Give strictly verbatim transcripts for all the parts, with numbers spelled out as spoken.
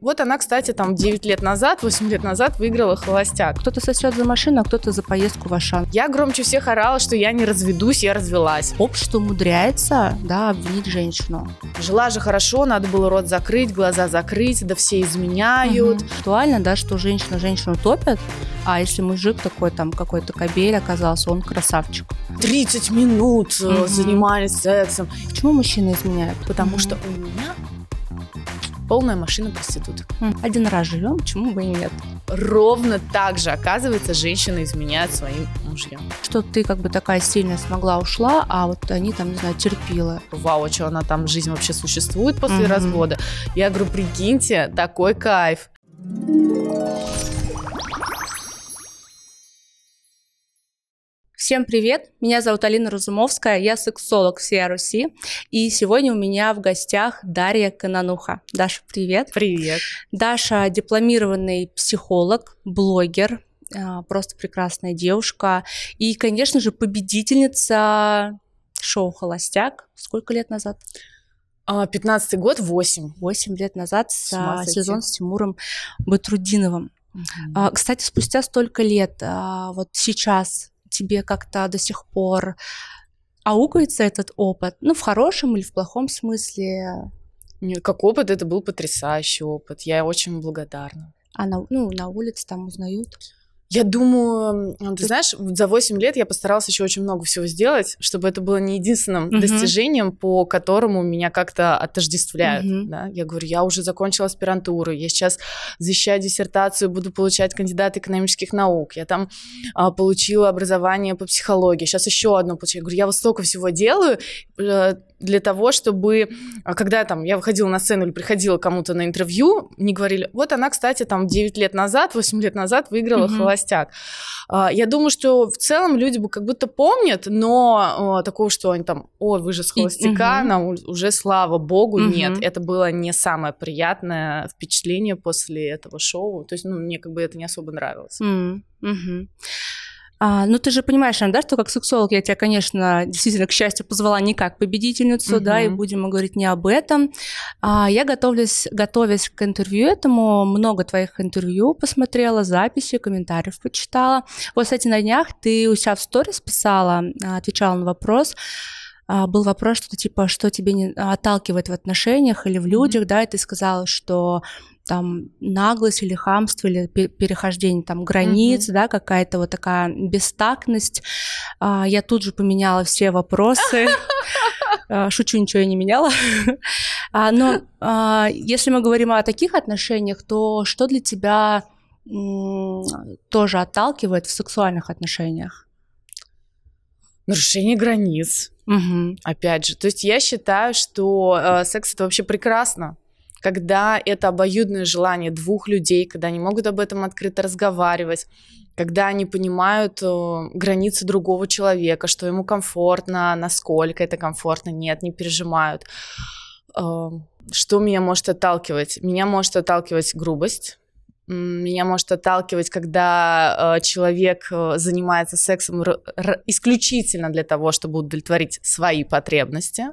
вот она, кстати, там девять лет назад, восемь лет назад выиграла «Холостяк». Кто-то сосет за машину, а кто-то за поездку в Ашан. Я громче всех орала, что я не разведусь, я развелась. Общество умудряется, да, обвинить женщину. Жила же хорошо, надо было рот закрыть, глаза закрыть, да все изменяют. Угу. Актуально, да, что женщина женщину топит, а если мужик такой там какой-то кобель оказался, он красавчик. тридцать минут угу. занимались сексом. Почему мужчины изменяют? Потому угу. что у меня полная машина проституток. Один раз живем, почему бы и нет? Ровно так же, оказывается, женщины изменяют своим мужьям. Что ты как бы такая сильная смогла, ушла, а вот они там, не знаю, терпила. Вау, а что она там, жизнь вообще существует после угу. развода? Я говорю, прикиньте, такой кайф. Всем привет, меня зовут Алина Разумовская, я сексолог всей Руси, и сегодня у меня в гостях Дарья Кононуха. Даша, привет. Привет. Даша дипломированный психолог, блогер, просто прекрасная девушка и, конечно же, победительница шоу «Холостяк». Сколько лет назад? пятнадцатый год, восемь. Восемь лет назад, с сезон с Тимуром Батрутдиновым. Mm-hmm. Кстати, спустя столько лет, вот сейчас тебе как-то до сих пор аукается этот опыт? Ну, в хорошем или в плохом смысле? Нет, как опыт, это был потрясающий опыт. Я очень благодарна. А на, ну, на улице там узнают? Я думаю, ты, ты знаешь, за восемь лет я постаралась еще очень много всего сделать, чтобы это было не единственным uh-huh. достижением, по которому меня как-то отождествляют. Uh-huh. Да? Я говорю, я уже закончила аспирантуру, я сейчас защищаю диссертацию, буду получать кандидат экономических наук, я там а, получила образование по психологии, сейчас еще одно получаю. Я говорю, я вот столько всего делаю для того, чтобы, когда там, я выходила на сцену или приходила кому-то на интервью, мне говорили, вот она, кстати, там девять лет назад, восемь лет назад выиграла uh-huh. «Холостяк». Я думаю, что в целом люди бы как будто помнят, но такого, что они там, ой, вы же с «Холостяка», uh-huh. на, уже, слава богу, uh-huh. нет. Это было не самое приятное впечатление после этого шоу. То есть, ну, мне как бы это не особо нравилось. Uh-huh. А, ну, ты же понимаешь, да, что как сексолог я тебя, конечно, действительно, к счастью, позвала не как победительницу, uh-huh. да, и будем мы говорить не об этом. А, я, готовлюсь, готовясь к интервью этому, много твоих интервью посмотрела, записи, комментариев почитала. Вот, кстати, на днях ты у себя в сторис писала, отвечала на вопрос, а, был вопрос, что-то типа, что тебе не отталкивает в отношениях или в людях, uh-huh. да, и ты сказала, что там наглость или хамство, или перехождение там границ, mm-hmm. да, какая-то вот такая бестактность. А, я тут же поменяла все вопросы. Шучу, ничего я не меняла. а, но а, если мы говорим о таких отношениях, то что для тебя м- тоже отталкивает в сексуальных отношениях? Нарушение границ. Mm-hmm. Опять же, то есть я считаю, что э, секс — это вообще прекрасно. Когда это обоюдное желание двух людей, когда они могут об этом открыто разговаривать, когда они понимают э, границы другого человека, что ему комфортно, насколько это комфортно, нет, не пережимают. Э, что меня может отталкивать? Меня может отталкивать грубость, меня может отталкивать, когда э, человек э, занимается сексом р- р- исключительно для того, чтобы удовлетворить свои потребности,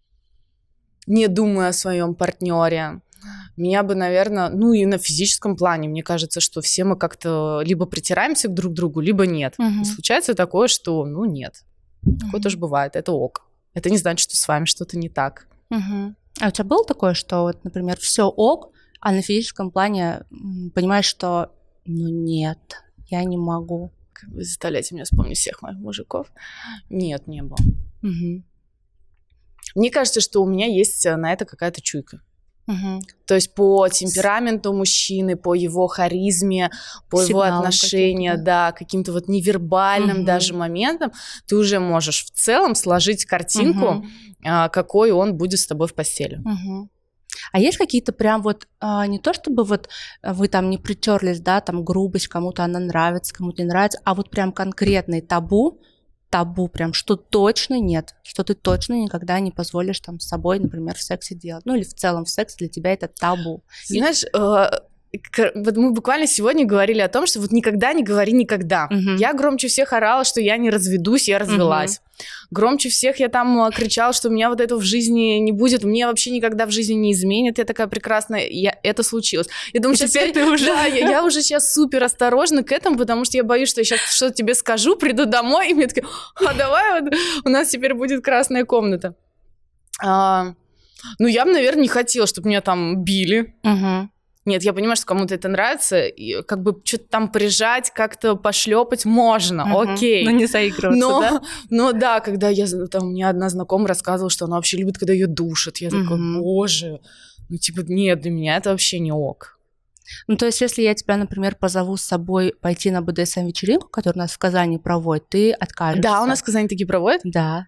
не думая о своем партнере. Меня бы, наверное, ну и на физическом плане, мне кажется, что все мы как-то либо притираемся к друг другу, либо нет. Uh-huh. И случается такое, что, ну, нет. Uh-huh. Такое тоже бывает, это ок. Это не значит, что с вами что-то не так. Uh-huh. А у тебя было такое, что, вот, например, все ок, а на физическом плане понимаешь, что, ну, нет, я не могу? Вы заставляете меня вспомнить всех моих мужиков. Нет, не было. Uh-huh. Мне кажется, что у меня есть на это какая-то чуйка. Uh-huh. То есть по темпераменту мужчины, по его харизме, по Сигналом его отношениям, да, каким-то вот невербальным uh-huh. даже моментам, ты уже можешь в целом сложить картинку, uh-huh. какой он будет с тобой в постели. Uh-huh. А есть какие-то прям вот, а, не то чтобы вот вы там не притерлись, да, там грубость, кому-то она нравится, кому-то не нравится, а вот прям конкретный табу, табу прям, что точно нет, что ты точно никогда не позволишь там с собой, например, в сексе делать. Ну или в целом в сексе для тебя это табу. Знаешь, э, вот мы буквально сегодня говорили о том, что вот никогда не говори никогда. Uh-huh. Я громче всех орала, что я не разведусь, я развелась. Uh-huh. Громче всех я там кричала, что у меня вот этого в жизни не будет, мне вообще никогда в жизни не изменит, я такая прекрасная, я... это случилось. Я думаю, сейчас теперь я... ты уже... Да, я, я уже сейчас супер осторожна к этому, потому что я боюсь, что я сейчас что-то тебе скажу, приду домой, и мне такие, а давай вот у нас теперь будет красная комната. А, ну, я бы, наверное, не хотела, чтобы меня там били. Uh-huh. Нет, я понимаю, что кому-то это нравится, и как бы что-то там прижать, как-то пошлепать можно, uh-huh. окей. Но не заигрываться, но, да? Но да, когда я, там, мне одна знакомая рассказывала, что она вообще любит, когда ее душат, я uh-huh. такая, боже, ну типа нет, для меня это вообще не ок. Ну, то есть, если я тебя, например, позову с собой пойти на бэ дэ эс эм-вечеринку, которую у нас в Казани проводят, ты откажешься? Да, у нас в Казани такие проводят? Да.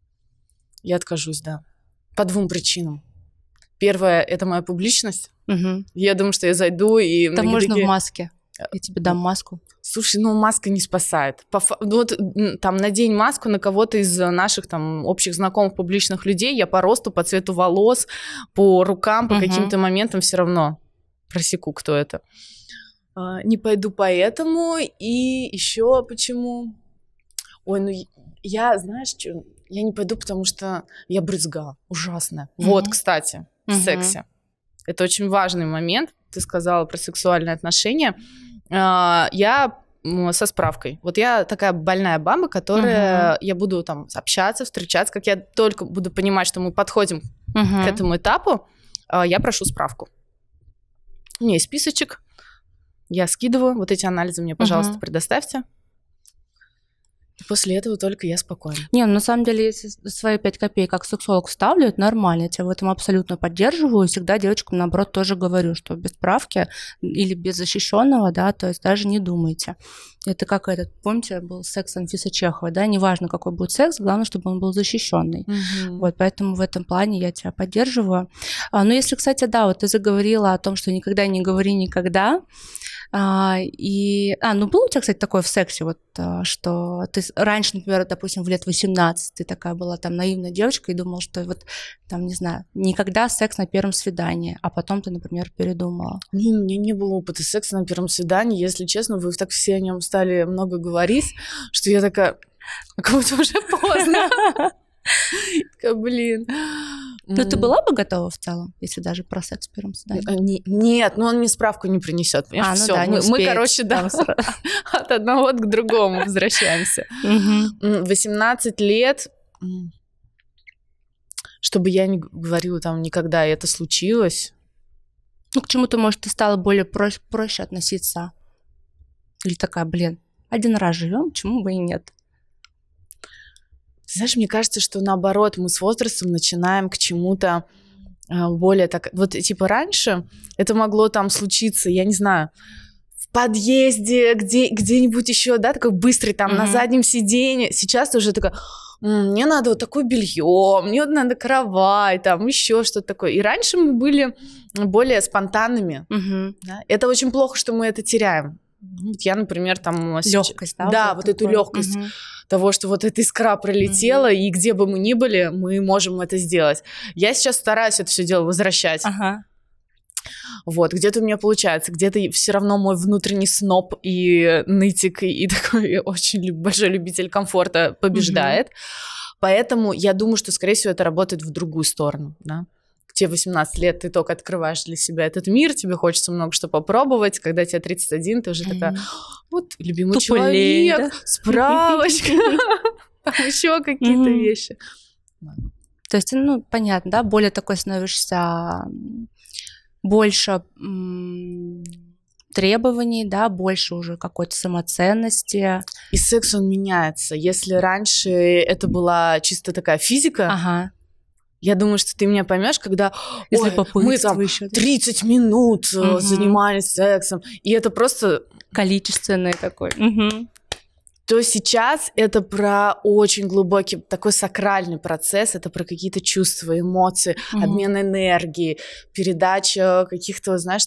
Я откажусь, да. По двум причинам. Первое, это моя публичность. Угу. Я думаю, что я зайду и... Там можно такие... в маске. Я тебе дам маску. Слушай, ну маска не спасает. По, вот там надень маску на кого-то из наших там общих знакомых публичных людей, я по росту, по цвету волос, по рукам, по угу. каким-то моментам все равно просеку, кто это. А, не пойду поэтому. И еще почему? Ой, ну я, знаешь, что... Я не пойду, потому что я брызга. Ужасно. Угу. Вот, кстати, в угу. сексе. Это очень важный момент. Ты сказала про сексуальные отношения. Я со справкой. Вот я такая больная баба, которая... Uh-huh. Я буду там общаться, встречаться. Как я только буду понимать, что мы подходим uh-huh. к этому этапу, я прошу справку. У меня есть списочек. Я скидываю. Вот эти анализы мне, пожалуйста, uh-huh. предоставьте. И после этого только я спокойна. Не, ну, на самом деле, если свои пять копеек как сексолог вставлю, это нормально. Я тебя в этом абсолютно поддерживаю. Всегда девочкам, наоборот, тоже говорю, что без справки или без защищенного, да, то есть даже не думайте. Это как этот, помните, был секс Анфисы Чеховой, да, неважно, какой будет секс, главное, чтобы он был защищенный. Угу. Вот, поэтому в этом плане я тебя поддерживаю. А, ну, если, кстати, да, вот ты заговорила о том, что никогда не говори никогда, А, и, а, ну, было у тебя, кстати, такое в сексе, вот, что ты раньше, например, допустим, в лет восемнадцать ты такая была там наивная девочка и думала, что вот, там, не знаю, никогда секс на первом свидании, а потом ты, например, передумала. Не, у меня не было опыта секса на первом свидании, если честно, вы так все о нем стали много говорить, что я такая, как будто уже поздно. Такая, блин. Ну, ты была бы готова в целом, если даже про секс в первом свидании? Нет, но он мне справку не принесет. А, ну Все, да, мы, мы, короче, да, от одного к другому возвращаемся. восемнадцать лет, чтобы я не говорила там никогда, и это случилось. Ну, к чему-то, может, ты стала более проще, проще относиться? Или такая, блин, один раз живем, почему бы и нет? Знаешь, мне кажется, что наоборот, мы с возрастом начинаем к чему-то более так... Вот типа раньше это могло там случиться, я не знаю, в подъезде, где, где-нибудь еще, да, такой быстрый там mm-hmm. на заднем сиденье. Сейчас ты уже такая, мне надо вот такое белье, мне вот надо кровать, там еще что-то такое. И раньше мы были более спонтанными. Mm-hmm. Да? Это очень плохо, что мы это теряем. Я, например, там... Лёгкость, да? Да, вот, вот эту лёгкость угу. того, что вот эта искра пролетела, угу. и где бы мы ни были, мы можем это сделать. Я сейчас стараюсь это все дело возвращать. Ага. Вот, где-то у меня получается, где-то все равно мой внутренний сноб и нытик, и, и такой очень большой любитель комфорта побеждает. Угу. Поэтому я думаю, что, скорее всего, это работает в другую сторону, да. Тебе восемнадцать лет, ты только открываешь для себя этот мир, тебе хочется много что попробовать, когда тебе тридцать один, ты уже mm-hmm. такая, вот, любимый Туполей, человек, да? Справочка, там еще какие-то вещи. То есть, ну, понятно, да, более такой становишься, больше требований, да, больше уже какой-то самоценности. И секс, он меняется. Если раньше это была чисто такая физика, ага. я думаю, что ты меня поймешь, когда ой, мы там еще, тридцать минут угу. занимались сексом, и это просто... Количественный такой. Угу. То сейчас это про очень глубокий, такой сакральный процесс, это про какие-то чувства, эмоции, угу. обмен энергией, передача каких-то, знаешь,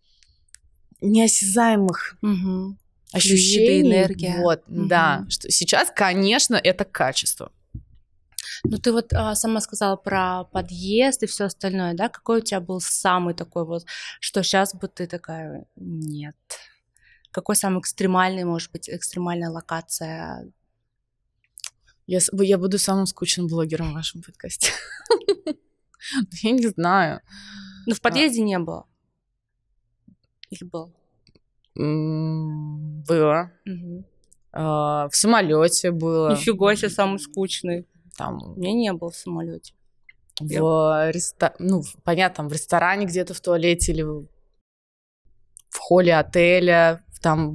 неосязаемых угу. ощущений. Энергия. Вот, угу. да. Что сейчас, конечно, это качество. Ну, ты вот а, сама сказала про подъезд и все остальное, да? Какой у тебя был самый такой вот, что сейчас бы ты такая, нет. Какой самый экстремальный, может быть, экстремальная локация? Я, я буду самым скучным блогером в вашем подкасте. Я не знаю. Ну, в подъезде не было? Или было? Было. В самолете было. Нифига себе, самый скучный. Там... У меня не было в самолете. В Я... ресто... ну, понятно, в ресторане где-то в туалете или в, в холле отеля, там,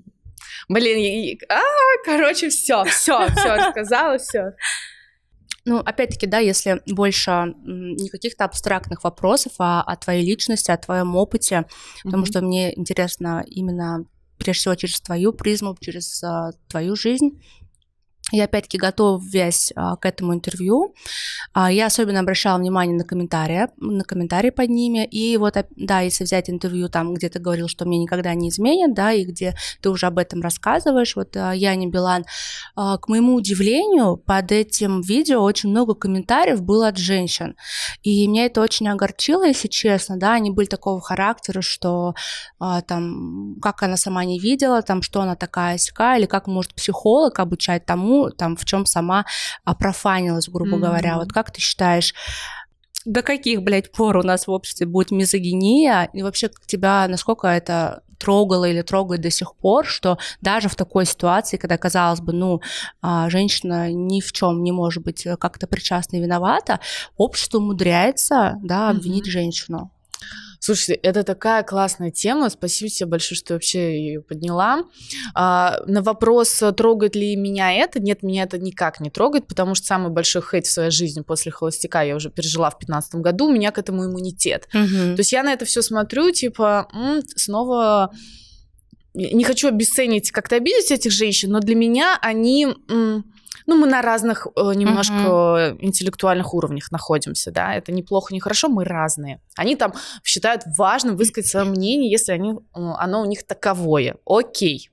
блин, а, короче, все, все, все рассказала, все. Ну, опять-таки, да, если больше не каких-то абстрактных вопросов, а о твоей личности, о твоем опыте, mm-hmm. потому что мне интересно именно, прежде всего, через твою призму, через а, твою жизнь. Я, опять-таки, готовясь а, к этому интервью, а, я особенно обращала внимание на комментарии, на комментарии под ними, и вот, да, если взять интервью там, где ты говорил, что мне никогда не изменят, да, и где ты уже об этом рассказываешь, вот а, Яне Билан, а, к моему удивлению, под этим видео очень много комментариев было от женщин, и меня это очень огорчило, если честно, да, они были такого характера, что а, там, как она сама не видела, там, что она такая-сякая, или как может психолог обучать тому, там, в чем сама профанилась, грубо mm-hmm. говоря. Вот как ты считаешь, до каких, блядь, пор у нас в обществе будет мизогиния? И вообще тебя насколько это трогало или трогает до сих пор, что даже в такой ситуации, когда, казалось бы, ну, женщина ни в чем не может быть как-то причастна и виновата, общество умудряется, да, обвинить mm-hmm. женщину? Слушайте, это такая классная тема, спасибо тебе большое, что ты вообще ее подняла. А, на вопрос, трогает ли меня это, нет, меня это никак не трогает, потому что самый большой хейт в своей жизни после «Холостяка» я уже пережила в пятнадцатом году, у меня к этому иммунитет. Угу. То есть я на это все смотрю, типа, м, снова... Не хочу обесценить, как-то обидеть этих женщин, но для меня они... М, ну, мы на разных э, немножко uh-huh. интеллектуальных уровнях находимся, да, это неплохо, не хорошо, мы разные. Они там считают важным высказать свое мнение, если они, оно у них таковое. Окей.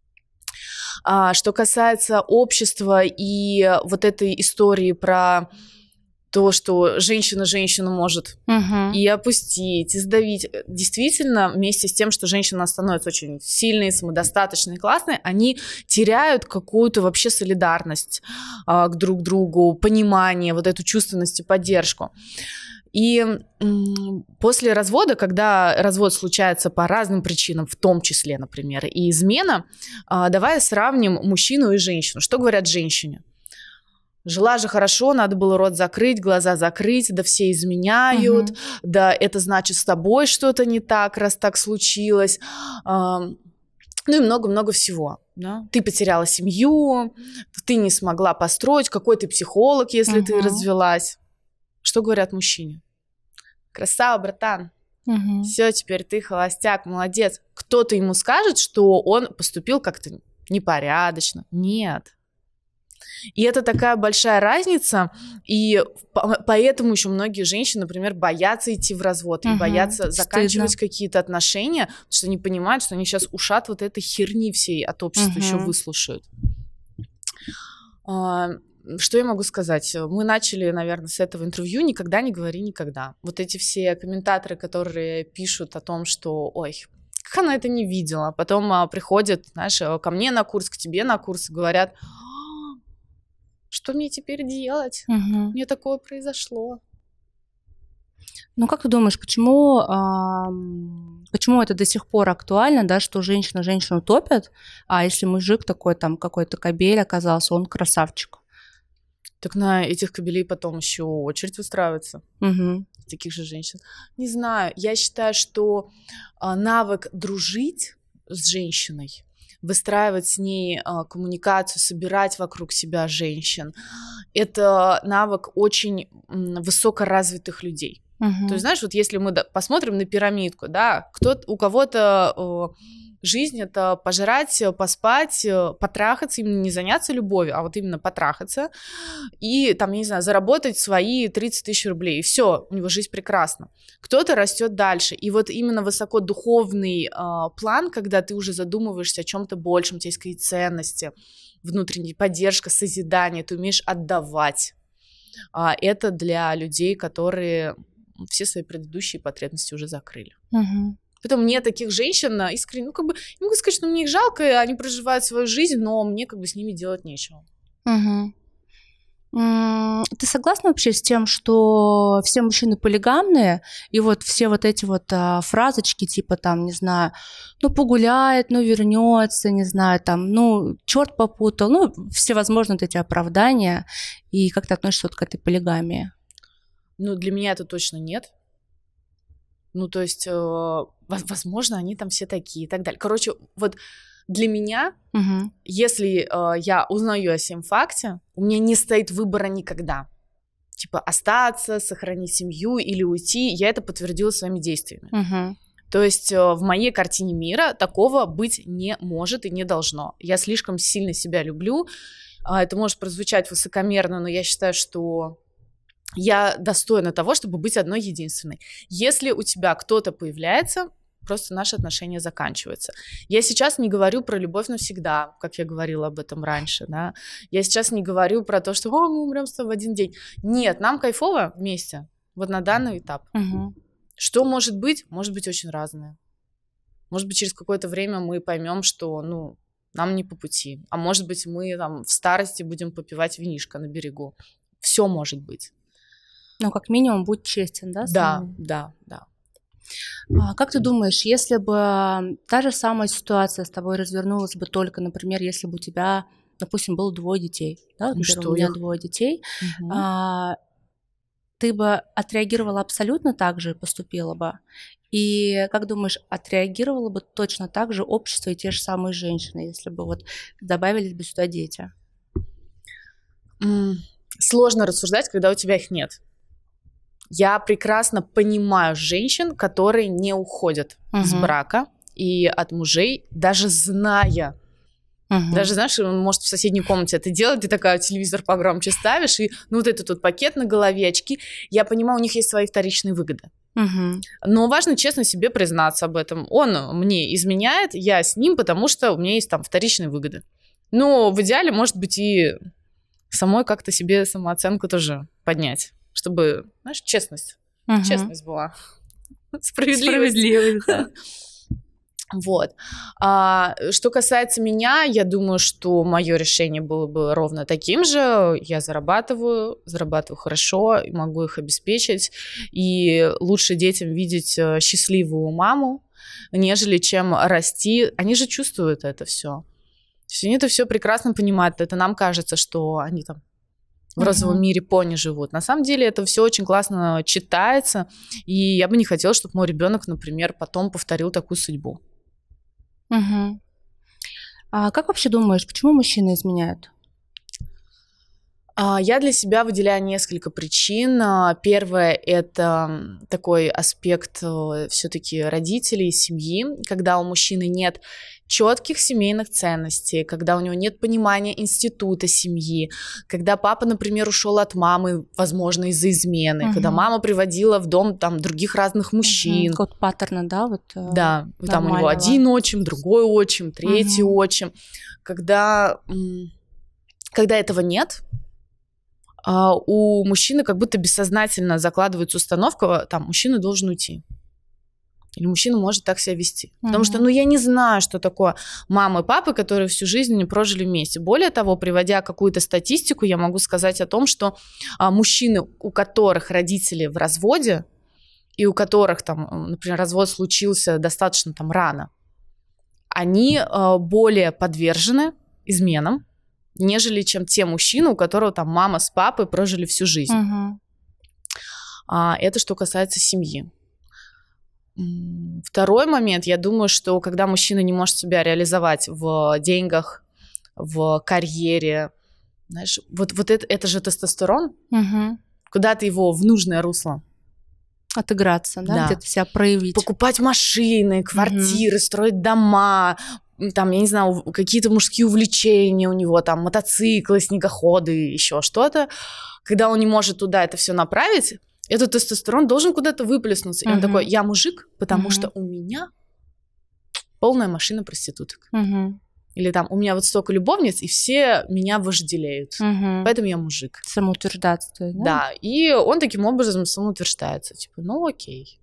А, что касается общества и вот этой истории про то, что женщина женщину может uh-huh. и опустить, и сдавить. Действительно, вместе с тем, что женщина становится очень сильной, самодостаточной, классной, они теряют какую-то вообще солидарность а, к друг другу, понимание, вот эту чувственность и поддержку. И м- после развода, когда развод случается по разным причинам, в том числе, например, и измена, а, давай сравним мужчину и женщину. Что говорят женщине? Жила же хорошо, надо было рот закрыть, глаза закрыть, да все изменяют, угу. да это значит с тобой что-то не так, раз так случилось. Ну и много-много всего. Да? Ты потеряла семью, ты не смогла построить, какой ты психолог, если угу. ты развелась. Что говорят мужчине? Красава, братан. Угу. Все, теперь ты холостяк, молодец. Кто-то ему скажет, что он поступил как-то непорядочно? Нет. И это такая большая разница, и поэтому еще многие женщины, например, боятся идти в развод, угу, и боятся заканчивать стыдно. Какие-то отношения, потому что они понимают, что они сейчас ушат вот этой херни всей от общества угу. еще выслушают. Что я могу сказать? Мы начали, наверное, с этого интервью «Никогда не говори никогда». Вот эти все комментаторы, которые пишут о том, что «Ой, как она это не видела», потом приходят, знаешь, ко мне на курс, к тебе на курс, и говорят: что мне теперь делать? Угу. Мне такое произошло. Ну, как ты думаешь, почему, э, почему это до сих пор актуально, да, что женщина женщину топит, а если мужик такой, там, какой-то кобель оказался, он красавчик? Так на этих кобелей потом еще очередь выстраивается. Угу. Таких же женщин. Не знаю, я считаю, что э, навык дружить с женщиной, выстраивать с ней а, коммуникацию, собирать вокруг себя женщин. Это навык очень м, высокоразвитых людей. Uh-huh. То есть, знаешь, вот если мы посмотрим на пирамидку, да, кто у кого-то э, жизнь — это пожрать, поспать, потрахаться, именно не заняться любовью, а вот именно потрахаться и, там, я не знаю, заработать свои тридцать тысяч рублей, и все, у него жизнь прекрасна. Кто-то растет дальше, и вот именно высокодуховный э, план, когда ты уже задумываешься о чем-то большем, у тебя есть какие-то ценности, внутренняя поддержка, созидание, ты умеешь отдавать. а, это для людей, которые все свои предыдущие потребности уже закрыли. Угу. Поэтому мне таких женщин искренне, ну, как бы, не могу сказать, что мне их жалко, они проживают свою жизнь, но мне как бы с ними делать нечего. Угу. Ты согласна вообще с тем, что все мужчины полигамные, и вот все вот эти вот а, фразочки, типа там, не знаю, ну погуляет, ну вернется, не знаю, там, ну черт попутал, ну все возможные вот эти оправдания, и как ты относишься вот к этой полигамии? Ну для меня это точно нет. Ну то есть, э, возможно, они там все такие и так далее. Короче, вот для меня, угу. если э, я узнаю о сем факте, у меня не стоит выбора никогда. Типа остаться, сохранить семью или уйти. Я это подтвердила своими действиями. Угу. То есть э, в моей картине мира такого быть не может и не должно. Я слишком сильно себя люблю. Э, это может прозвучать высокомерно, но я считаю, что я достойна того, чтобы быть одной единственной. Если у тебя кто-то появляется, просто наши отношения заканчиваются. Я сейчас не говорю про любовь навсегда, как я говорила об этом раньше, да. Я сейчас не говорю про то, что «О, мы умрем с тобой в один день». Нет, нам кайфово вместе, вот на данный этап. Угу. Что может быть? Может быть очень разное. Может быть, через какое-то время мы поймем, что, ну, нам не по пути. А может быть, мы там в старости будем попивать винишко на берегу. Все может быть. Ну, как минимум, будь честен, да? Да, да, да. А как ты думаешь, если бы та же самая ситуация с тобой развернулась бы только, например, если бы у тебя, допустим, было двое детей, да, например, что у меня я... двое детей, угу. а, ты бы отреагировала абсолютно так же и поступила бы? И как думаешь, отреагировало бы точно так же общество и те же самые женщины, если бы вот добавились бы сюда дети? Mm. Сложно рассуждать, когда у тебя их нет. Я прекрасно понимаю женщин, которые не уходят uh-huh. из брака и от мужей, даже зная. Uh-huh. Даже, знаешь, он может в соседней комнате это делать, ты такая телевизор погромче ставишь, и ну вот этот вот пакет на голове, очки. Я понимаю, у них есть свои вторичные выгоды. Uh-huh. Но важно честно себе признаться об этом. Он мне изменяет, я с ним, потому что у меня есть там вторичные выгоды. Но в идеале, может быть, и самой как-то себе самооценку тоже поднять. Чтобы, знаешь, честность. Uh-huh. Честность была. Справедливость. Справедливость, да. Вот. А, что касается меня, я думаю, что мое решение было бы ровно таким же. Я зарабатываю, зарабатываю хорошо, и могу их обеспечить. И лучше детям видеть счастливую маму, нежели чем расти. Они же чувствуют это все. Они это все прекрасно понимают. Это нам кажется, что они там в розовом uh-huh. мире пони живут. На самом деле это все очень классно читается, и я бы не хотела, чтобы мой ребенок, например, потом повторил такую судьбу. Uh-huh. А как вообще думаешь, почему мужчины изменяют? Я для себя выделяю несколько причин. Первое – это такой аспект все-таки родителей, семьи, когда у мужчины нет четких семейных ценностей, когда у него нет понимания института семьи, когда папа, например, ушел от мамы, возможно, из-за измены, uh-huh. когда мама приводила в дом там других разных мужчин. Uh-huh. Код паттерна, да? Вот, да, там у него один отчим, другой отчим, третий uh-huh. отчим. Когда, когда этого нет, у мужчины как будто бессознательно закладывается установка, там, мужчина должен уйти. Или мужчина может так себя вести. Uh-huh. Потому что, ну, я не знаю, что такое мама и папа, которые всю жизнь не прожили вместе. Более того, приводя какую-то статистику, я могу сказать о том, что а, мужчины, у которых родители в разводе, и у которых, там, например, развод случился достаточно там рано, они а, более подвержены изменам, нежели чем те мужчины, у которых там мама с папой прожили всю жизнь. Uh-huh. А, это что касается семьи. Второй момент, я думаю, что когда мужчина не может себя реализовать в деньгах, в карьере, знаешь, вот, вот это, это же тестостерон, угу. куда-то его в нужное русло. Отыграться, да? Да. Где-то себя проявить. Покупать машины, квартиры, угу. строить дома, там, я не знаю, какие-то мужские увлечения у него, там, мотоциклы, снегоходы, еще что-то. Когда он не может туда это все направить, этот тестостерон должен куда-то выплеснуться. И uh-huh. он такой, я мужик, потому uh-huh. что у меня полная машина проституток. Uh-huh. Или там, у меня вот столько любовниц, и все меня вожделеют. Угу. Поэтому я мужик. Самоутверждаться, да? Да, и он таким образом самоутверждается. Типа, ну окей.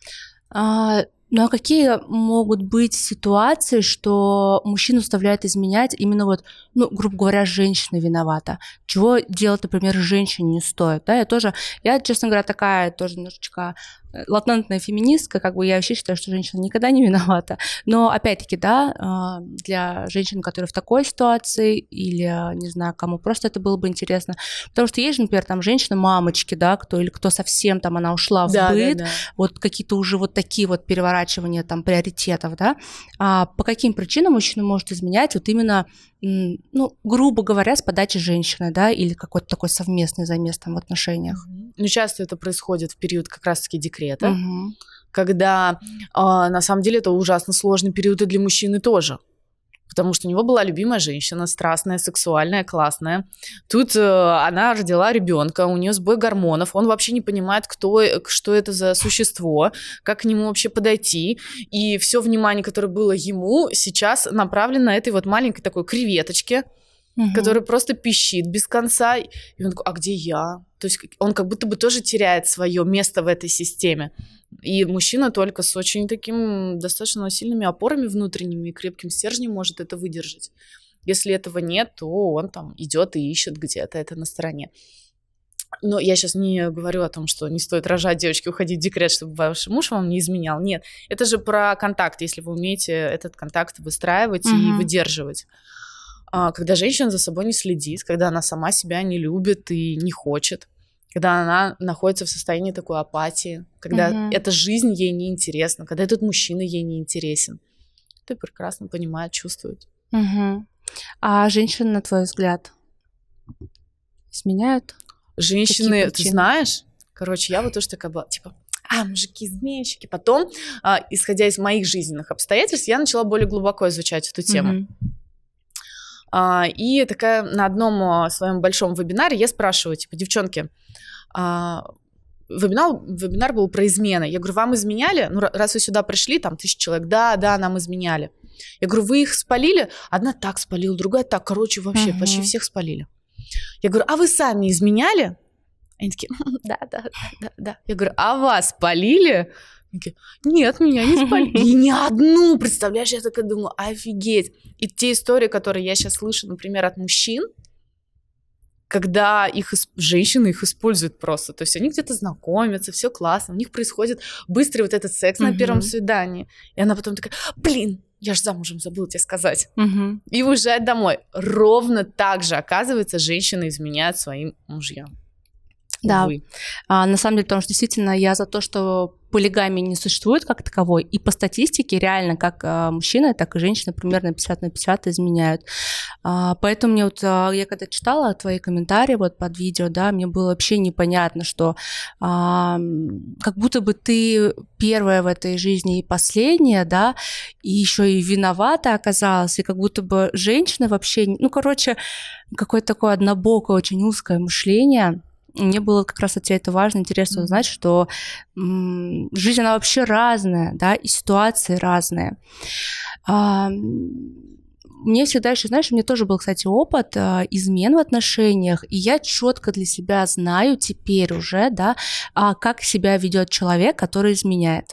А, ну а какие могут быть ситуации, что мужчину заставляют изменять именно вот, ну, грубо говоря, женщина виновата? Чего делать, например, женщине не стоит? Да, я тоже, я, честно говоря, такая тоже немножечко латентная феминистка, как бы я вообще считаю, что женщина никогда не виновата. Но, опять-таки, да, для женщин, которые в такой ситуации, или, не знаю, кому просто это было бы интересно, потому что есть же, например, там женщины-мамочки, да, кто, или кто совсем там, она ушла в да, быт, да, да. вот какие-то уже вот такие вот переворачивания там приоритетов, да, а по каким причинам мужчина может изменять вот именно, ну, грубо говоря, с подачи женщины, да, или какой-то такой совместный замес там в отношениях? Ну, часто это происходит в период как раз-таки декрета, угу. когда а, на самом деле это ужасно сложный период и для мужчины тоже. Потому что у него была любимая женщина, страстная, сексуальная, классная. Тут э, она родила ребенка, у нее сбой гормонов, он вообще не понимает, кто, что это за существо, как к нему вообще подойти. И все внимание, которое было ему, сейчас направлено на этой вот маленькой такой креветочке, угу. которая просто пищит без конца. И он такой, а где я? То есть он как будто бы тоже теряет свое место в этой системе. И мужчина только с очень таким достаточно сильными опорами внутренними и крепким стержнем может это выдержать. Если этого нет, то он там идет и ищет где-то это на стороне. Но я сейчас не говорю о том, что не стоит рожать, девочки, уходить в декрет, чтобы ваш муж вам не изменял. Нет, это же про контакт, если вы умеете этот контакт выстраивать угу. и выдерживать. Когда женщина за собой не следит, когда она сама себя не любит и не хочет, когда она находится в состоянии такой апатии, когда uh-huh. эта жизнь ей не интересна, когда этот мужчина ей не интересен, то прекрасно понимает, чувствует. Uh-huh. А женщины, на твой взгляд, изменяют? Женщины, ты знаешь, короче, я вот тоже такая была, типа, а, мужики изменщики. Потом, а, исходя из моих жизненных обстоятельств, я начала более глубоко изучать эту тему. Uh-huh. А, и такая на одном своем большом вебинаре я спрашиваю, типа, девчонки, а, вебинар, вебинар был про измены. Я говорю, вам изменяли? Ну, раз вы сюда пришли, там тысяча человек, да, да, нам изменяли. Я говорю, вы их спалили? Одна так спалила, другая так, короче, вообще uh-huh. почти всех спалили. Я говорю, а вы сами изменяли? Они такие, да, да, да, да. Я говорю, а вас спалили? Такие, нет, меня не спалили. И ни одну, представляешь, я такая думаю, офигеть. И те истории, которые я сейчас слышу, например, от мужчин, когда их женщины их используют просто. То есть они где-то знакомятся, все классно, у них происходит быстрый вот этот секс на первом свидании. И она потом такая, блин, я же замужем, забыла тебе сказать. И уезжает домой. Ровно так же, оказывается, женщины изменяют своим мужьям. Да, а, на самом деле, потому что действительно я за то, что полигамии не существует как таковой, и по статистике реально как а, мужчины, так и женщины примерно пятьдесят на пятьдесят изменяют. А, поэтому мне вот, а, я когда читала твои комментарии вот под видео, да, мне было вообще непонятно, что а, как будто бы ты первая в этой жизни и последняя, да, и еще и виновата оказалась, и как будто бы женщина вообще, ну, короче, какое-то такое однобокое, очень узкое мышление. Мне было как раз от тебя это важно, интересно узнать, что м- жизнь, она вообще разная, да, и ситуации разные. А, мне всегда еще, знаешь, у меня тоже был, кстати, опыт а, измен в отношениях, и я четко для себя знаю теперь уже, да, а, как себя ведет человек, который изменяет.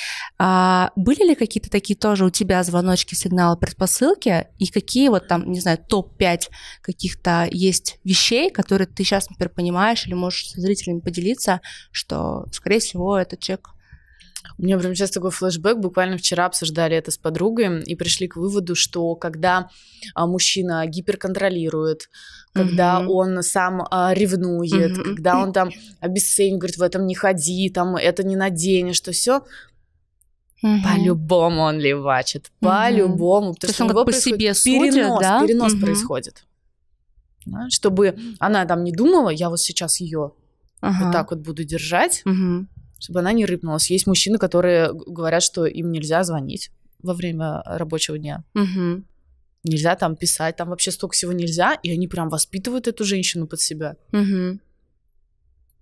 А были ли какие-то такие тоже у тебя звоночки, сигналы, предпосылки, и какие вот там, не знаю, топ пять каких-то есть вещей, которые ты сейчас, например, понимаешь или можешь со зрителями поделиться, что, скорее всего, этот человек... У меня прям сейчас такой флешбэк, буквально вчера обсуждали это с подругой и пришли к выводу, что когда а, мужчина гиперконтролирует, когда mm-hmm. он сам а, ревнует, mm-hmm. когда он там обесценивает, говорит, в этом не ходи, там это не наденешь, что все... Угу. По-любому он левачит, угу. по-любому. То есть он как по себе судит, перенос, да? перенос угу. происходит. Да? Чтобы она там не думала, я вот сейчас ее ага. вот так вот буду держать, угу. чтобы она не рыпнулась. Есть мужчины, которые говорят, что им нельзя звонить во время рабочего дня. Угу. Нельзя там писать, там вообще столько всего нельзя, и они прям воспитывают эту женщину под себя. Угу.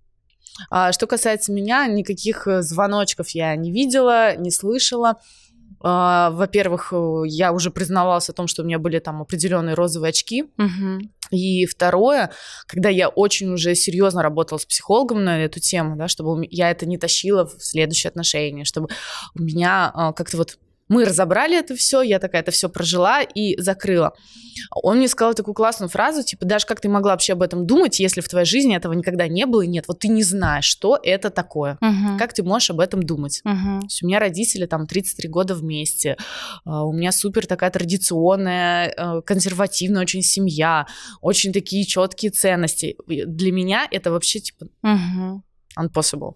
А что касается меня, никаких звоночков я не видела, не слышала. Uh, во-первых, я уже признавалась о том, что у меня были там определенные розовые очки. Uh-huh. И второе, когда я очень уже серьезно работала с психологом на эту тему, да, чтобы я это не тащила в следующие отношения, чтобы у меня uh, как-то вот мы разобрали это все, я такая это все прожила и закрыла. Он мне сказал такую классную фразу, типа, даже как ты могла вообще об этом думать, если в твоей жизни этого никогда не было и нет, вот ты не знаешь, что это такое, uh-huh. как ты можешь об этом думать. Uh-huh. То есть у меня родители там тридцать три года вместе, у меня супер такая традиционная, консервативная очень семья, очень такие четкие ценности. Для меня это вообще типа uh-huh. impossible.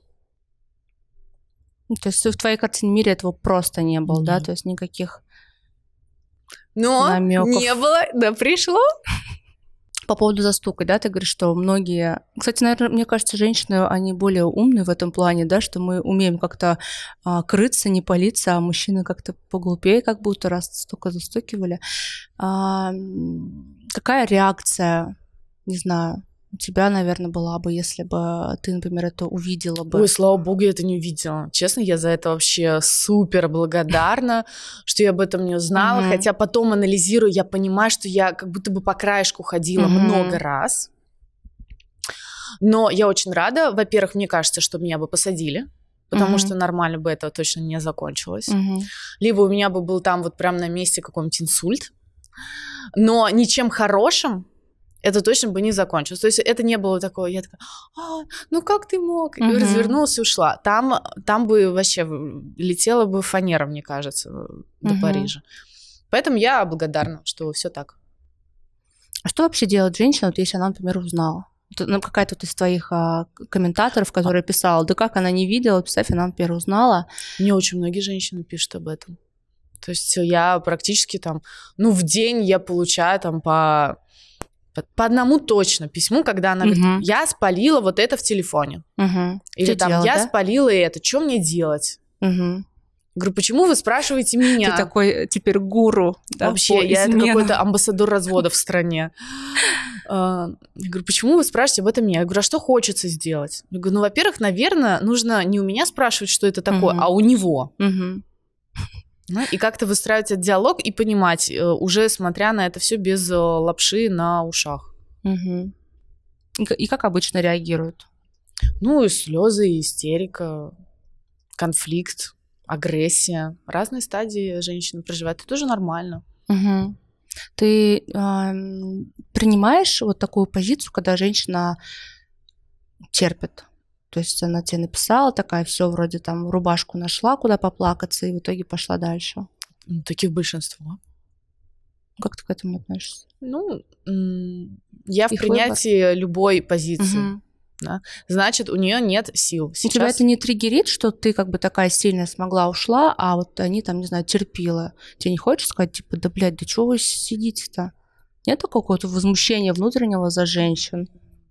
То есть в твоей картине мира этого просто не было, mm-hmm. да? То есть никаких Но намеков. Не было, да пришло. По поводу застукать, да, ты говоришь, что многие... Кстати, наверное, мне кажется, женщины, они более умные в этом плане, да, что мы умеем как-то а, крыться, не палиться, а мужчины как-то поглупее как будто, раз столько застукивали. А, какая реакция, не знаю, у тебя, наверное, была бы, если бы ты, например, это увидела бы? Ой, слава богу, я это не увидела. Честно, я за это вообще супер благодарна, что я об этом не узнала. Mm-hmm. Хотя потом анализирую, я понимаю, что я как будто бы по краешку ходила mm-hmm. много раз. Но я очень рада. Во-первых, мне кажется, что меня бы посадили, потому mm-hmm. что нормально бы это точно не закончилось. Mm-hmm. Либо у меня бы был там вот прям на месте какой-нибудь инсульт. Но ничем хорошим это точно бы не закончилось. То есть это не было такого, я такая, а, ну как ты мог? Uh-huh. И развернулась и ушла. Там, там бы вообще летела бы фанера, мне кажется, до uh-huh. Парижа. Поэтому я благодарна, что все так. А что вообще делает женщина, вот если она, например, узнала? Ну, какая-то из твоих а, комментаторов, которая а. писала, да как она не видела, представь, она, например, узнала. Мне очень многие женщины пишут об этом. То есть я практически там, ну, в день я получаю там по... По одному точно письму, когда она uh-huh. говорит, я спалила вот это в телефоне. Uh-huh. Или что там, делать, я да? спалила это, что мне делать? Uh-huh. Говорю, почему вы спрашиваете меня? Ты такой теперь гуру. Да, вообще, я это какой-то амбассадор развода в стране. Я говорю, почему вы спрашиваете об этом меня? Я говорю, а что хочется сделать? Я говорю, ну, во-первых, наверное, нужно не у меня спрашивать, что это такое, а у него. И как-то выстраивать этот диалог и понимать, уже смотря на это все без лапши на ушах. Угу. И как обычно реагируют? Ну, и слезы, и истерика, конфликт, агрессия. Разные стадии женщины проживают. Это тоже нормально. Угу. Ты э, принимаешь вот такую позицию, когда женщина терпит? То есть она тебе написала, такая, все, вроде там рубашку нашла, куда поплакаться, и в итоге пошла дальше. Таких большинство. Как ты к этому относишься? Ну, я в Их принятии выбор. Любой позиции. Угу. Да? Значит, у нее нет сил. Сейчас... Тебя это не триггерит, что ты как бы такая сильная смогла, ушла, а вот они там, не знаю, терпила. Тебе не хочется сказать, типа, да, блядь, да чего вы сидите-то? Нет какого-то возмущения внутреннего за женщин?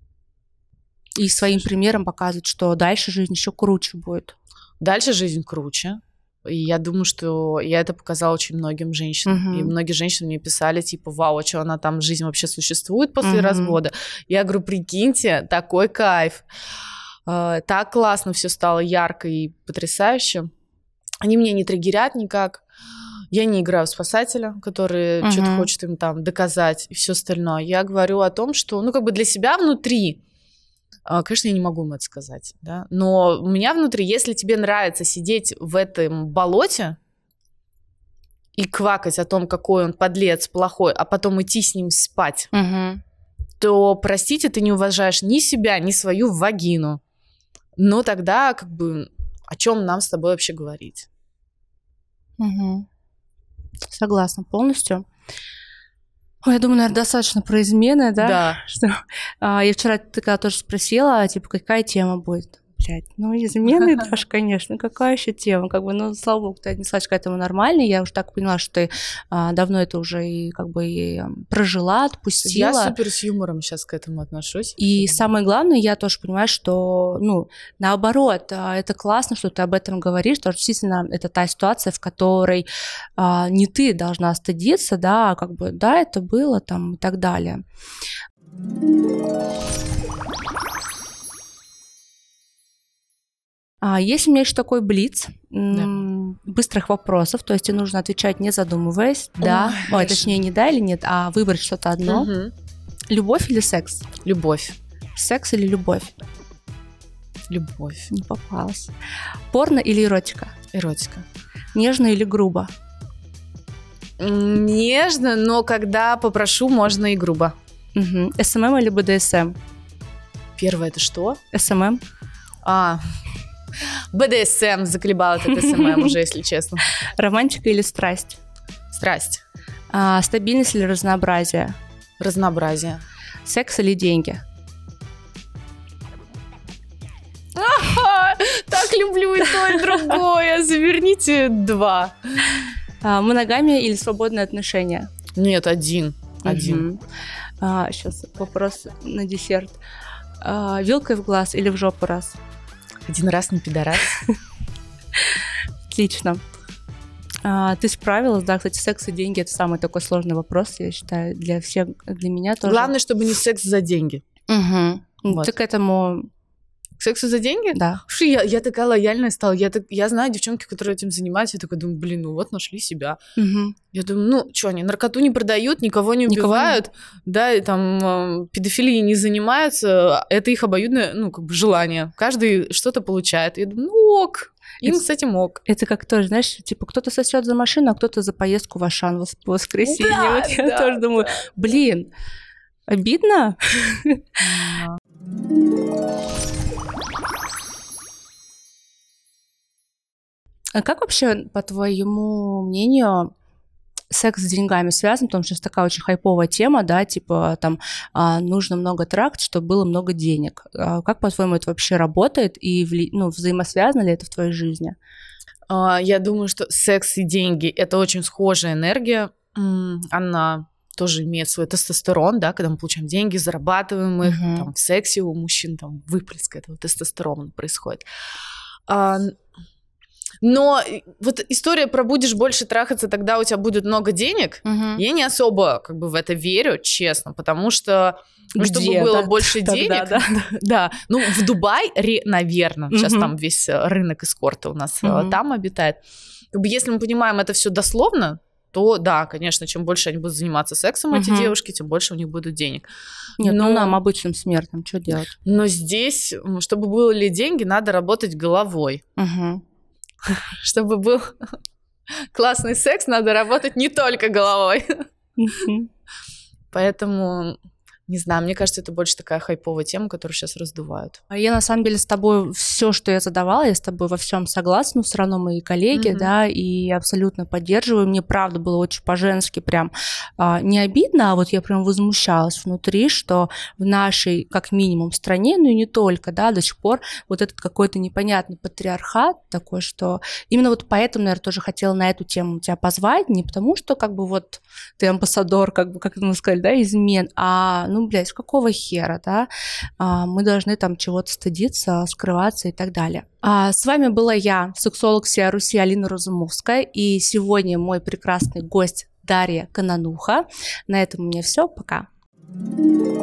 И своим примером показывать, что дальше жизнь еще круче будет. Дальше жизнь круче. И я думаю, что я это показала очень многим женщинам. Uh-huh. И многие женщины мне писали, типа, вау, а что она там, жизнь вообще существует после uh-huh. развода? Я говорю, прикиньте, такой кайф. Так классно все стало, ярко и потрясающе. Они меня не триггерят никак. Я не играю в спасателя, который uh-huh. что-то хочет им там доказать и все остальное. Я говорю о том, что, ну, как бы для себя внутри, конечно, я не могу им это сказать, да, но у меня внутри, если тебе нравится сидеть в этом болоте и квакать о том, какой он подлец, плохой, а потом идти с ним спать, угу. то, простите, ты не уважаешь ни себя, ни свою вагину. Но тогда, как бы, о чем нам с тобой вообще говорить? Угу. Согласна полностью. Ой, я думаю, наверное, достаточно про измены, да? Да. Что, а, я вчера такая тоже спросила, типа, какая тема будет? Блядь, ну, измены, Даш, конечно, какая еще тема? Как бы, ну, слава богу, ты отнеслась к этому нормально. Я уже так поняла, что ты а, давно это уже и как бы и прожила, отпустила. Я супер с юмором сейчас к этому отношусь. И самое главное, я тоже понимаю, что, ну, наоборот, это классно, что ты об этом говоришь, потому что действительно это та ситуация, в которой а, не ты должна стыдиться, да, а как бы, да, это было там и так далее. А есть у меня еще такой блиц. Да. быстрых вопросов, то есть тебе нужно отвечать не задумываясь, Ой, да, Ой, точнее не да или нет, а выбрать что-то одно. Угу. Любовь или секс? Любовь. Секс или любовь? Любовь. Не попалась. Порно или эротика? Эротика. Нежно или грубо? Нежно, но когда попрошу, можно и грубо. Угу. СММ или БДСМ? Первое это что? СММ. А, БДСМ, заколебал этот СММ уже, если честно. Романтика или страсть? Страсть. А, стабильность или разнообразие? Разнообразие. Секс или деньги? Так люблю и то, и другое. Заверните два. А, моногамия или свободные отношения? Нет, один. Один. Угу. А, сейчас вопрос на десерт. А, вилкой в глаз или в жопу раз? Один раз не пидорас. Отлично. А, ты справилась, да, кстати, секс и деньги — это самый такой сложный вопрос, я считаю, для всех, для меня тоже. Главное, чтобы не секс за деньги. Угу. Вот. Ты к этому... К сексу за деньги? Да. Слушай, я, я такая лояльная стала. Я, так, я знаю девчонки, которые этим занимаются. Я такая думаю, блин, ну вот нашли себя. Угу. Я думаю, ну что, они наркоту не продают, никого не убивают, никого не... да, и там э, педофилией не занимаются. Это их обоюдное, ну, как бы желание. Каждый что-то получает. Я думаю, ну ок. Им это, с этим ок. Это как тоже, знаешь, типа кто-то сосет за машину, а кто-то за поездку в Ашан в воскресенье. Да, вот я да, тоже думаю, да. блин, обидно? А как вообще, по твоему мнению, секс с деньгами связан? Потому что это такая очень хайповая тема, да, типа там а, нужно много трахать, чтобы было много денег. А как, по-твоему, это вообще работает и вли... ну, взаимосвязано ли это в твоей жизни? А, я думаю, что секс и деньги — это очень схожая энергия. Она тоже имеет свой тестостерон, да, когда мы получаем деньги, зарабатываем их, uh-huh. там в сексе у мужчин там выплеск этого тестостерона происходит. А, Но вот история про будешь больше трахаться, тогда у тебя будет много денег, uh-huh. я не особо как бы в это верю, честно, потому что ну, чтобы было да? больше денег, да, да. да, ну в Дубай, наверное, uh-huh. сейчас там весь рынок эскорта у нас uh-huh. там обитает. Как бы, если мы понимаем это все дословно, то да, конечно, чем больше они будут заниматься сексом, uh-huh. эти девушки, тем больше у них будет денег. Нет, но ну нам, обычным смертным, что делать? Но здесь, чтобы были деньги, надо работать головой. Uh-huh. Чтобы был классный секс, надо работать не только головой. Mm-hmm. Поэтому, не знаю, мне кажется, это больше такая хайповая тема, которую сейчас раздувают. Я, на самом деле, с тобой все, что я задавала, я с тобой во всем согласна, все равно мои коллеги, mm-hmm. да, и абсолютно поддерживаю. Мне, правда, было очень по-женски прям а, не обидно, а вот я прям возмущалась внутри, что в нашей, как минимум, стране, ну и не только, да, до сих пор вот этот какой-то непонятный патриархат такой, что именно вот поэтому, наверное, тоже хотела на эту тему тебя позвать, не потому что как бы вот ты амбассадор, как бы, как мы сказали, да, измен, а, ну, блядь, какого хера, да, а, мы должны там чего-то стыдиться, скрываться и так далее. А, с вами была я, сексолог всей Руси Алина Разумовская, и сегодня мой прекрасный гость Дарья Канануха. На этом у меня все, пока.